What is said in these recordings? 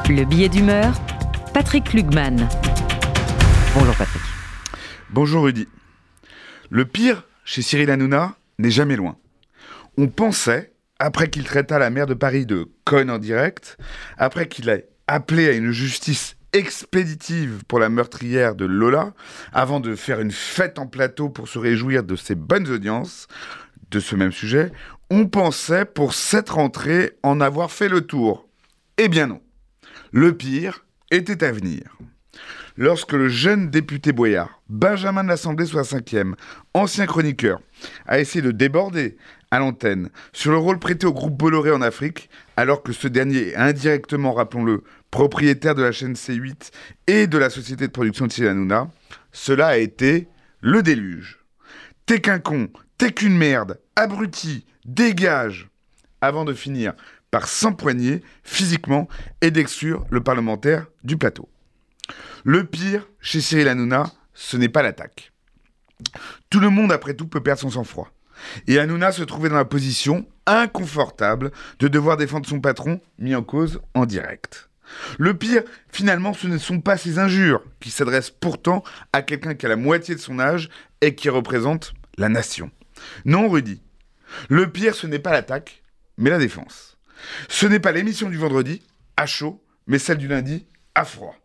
Le billet d'humeur, Patrick Lugman. Bonjour Patrick. Bonjour Rudy. Le pire chez Cyril Hanouna n'est jamais loin. On pensait, après qu'il traita la maire de Paris de conne en direct, après qu'il ait appelé à une justice expéditive pour la meurtrière de Lola, avant de faire une fête en plateau pour se réjouir de ses bonnes audiences, de ce même sujet, on pensait pour cette rentrée en avoir fait le tour. Eh bien non. Le pire était à venir. Lorsque le jeune député Boyard, Benjamin de l'Assemblée 65e, ancien chroniqueur, a essayé de déborder à l'antenne sur le rôle prêté au groupe Bolloré en Afrique, alors que ce dernier est indirectement, rappelons-le, propriétaire de la chaîne C8 et de la société de production de Cyril Hanouna, cela a été le déluge. T'es qu'un con, t'es qu'une merde, abruti, dégage, avant de finir par s'empoigner physiquement et d'exclure le parlementaire du plateau. Le pire chez Cyril Hanouna, ce n'est pas l'attaque. Tout le monde, après tout, peut perdre son sang-froid. Et Hanouna se trouvait dans la position inconfortable de devoir défendre son patron mis en cause en direct. Le pire, finalement, ce ne sont pas ces injures qui s'adressent pourtant à quelqu'un qui a la moitié de son âge et qui représente la nation. Non, Rudy. Le pire, ce n'est pas l'attaque, mais la défense. Ce n'est pas l'émission du vendredi, à chaud, mais celle du lundi, à froid.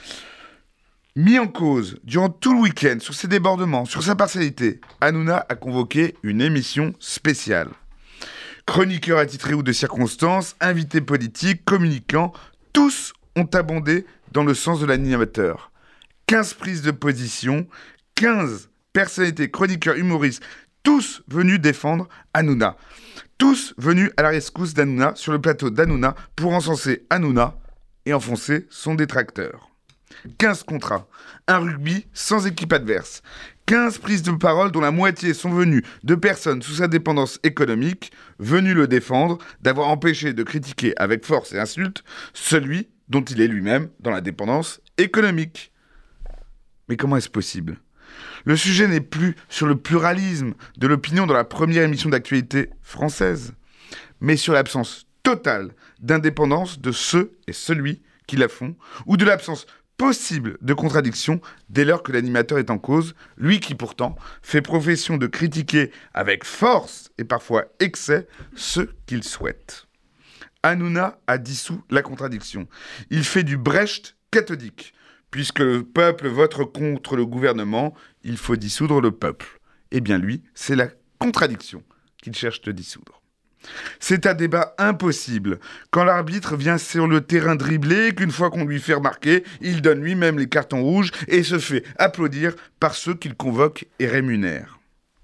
Mis en cause durant tout le week-end sur ses débordements, sur sa partialité, Hanouna a convoqué une émission spéciale. Chroniqueurs attitrés ou de circonstance, invités politiques, communicants, tous ont abondé dans le sens de l'animateur. 15 prises de position, 15 personnalités, chroniqueurs, humoristes, tous venus défendre Hanouna. Tous venus à la rescousse d'Hanouna sur le plateau d'Hanouna pour encenser Hanouna et enfoncer son détracteur. 15 contrats, un rugby sans équipe adverse, 15 prises de parole dont la moitié sont venues de personnes sous sa dépendance économique, venues le défendre d'avoir empêché de critiquer avec force et insulte celui dont il est lui-même dans la dépendance économique. Mais comment est-ce possible ? Le sujet n'est plus sur le pluralisme de l'opinion dans la première émission d'actualité française, mais sur l'absence totale d'indépendance de ceux et celui qui la font, ou de l'absence possible de contradiction dès lors que l'animateur est en cause, lui qui pourtant fait profession de critiquer avec force et parfois excès ceux qu'il souhaite. Hanouna a dissous la contradiction. Il fait du Brecht cathodique. Puisque le peuple vote contre le gouvernement, il faut dissoudre le peuple. Eh bien lui, c'est la contradiction qu'il cherche de dissoudre. C'est un débat impossible quand l'arbitre vient sur le terrain dribbler, qu'une fois qu'on lui fait remarquer, il donne lui-même les cartons rouges et se fait applaudir par ceux qu'il convoque et rémunère.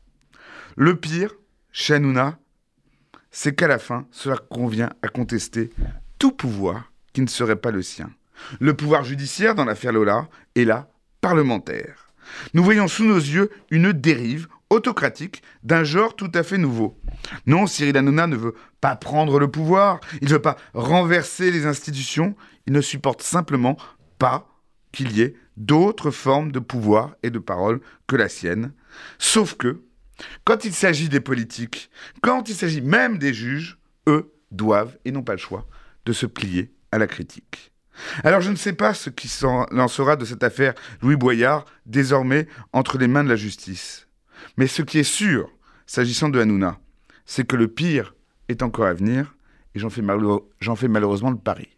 Le pire, chez Hanouna, c'est qu'à la fin, cela convient à contester tout pouvoir qui ne serait pas le sien. Le pouvoir judiciaire dans l'affaire Lola et la parlementaire. Nous voyons sous nos yeux une dérive autocratique d'un genre tout à fait nouveau. Non, Cyril Hanouna ne veut pas prendre le pouvoir, il ne veut pas renverser les institutions, il ne supporte simplement pas qu'il y ait d'autres formes de pouvoir et de parole que la sienne. Sauf que, quand il s'agit des politiques, quand il s'agit même des juges, eux doivent, et n'ont pas le choix, de se plier à la critique. Alors je ne sais pas ce qui en sera de cette affaire Louis Boyard, désormais entre les mains de la justice. Mais ce qui est sûr, s'agissant de Hanouna, c'est que le pire est encore à venir, et j'en fais malheureusement le pari.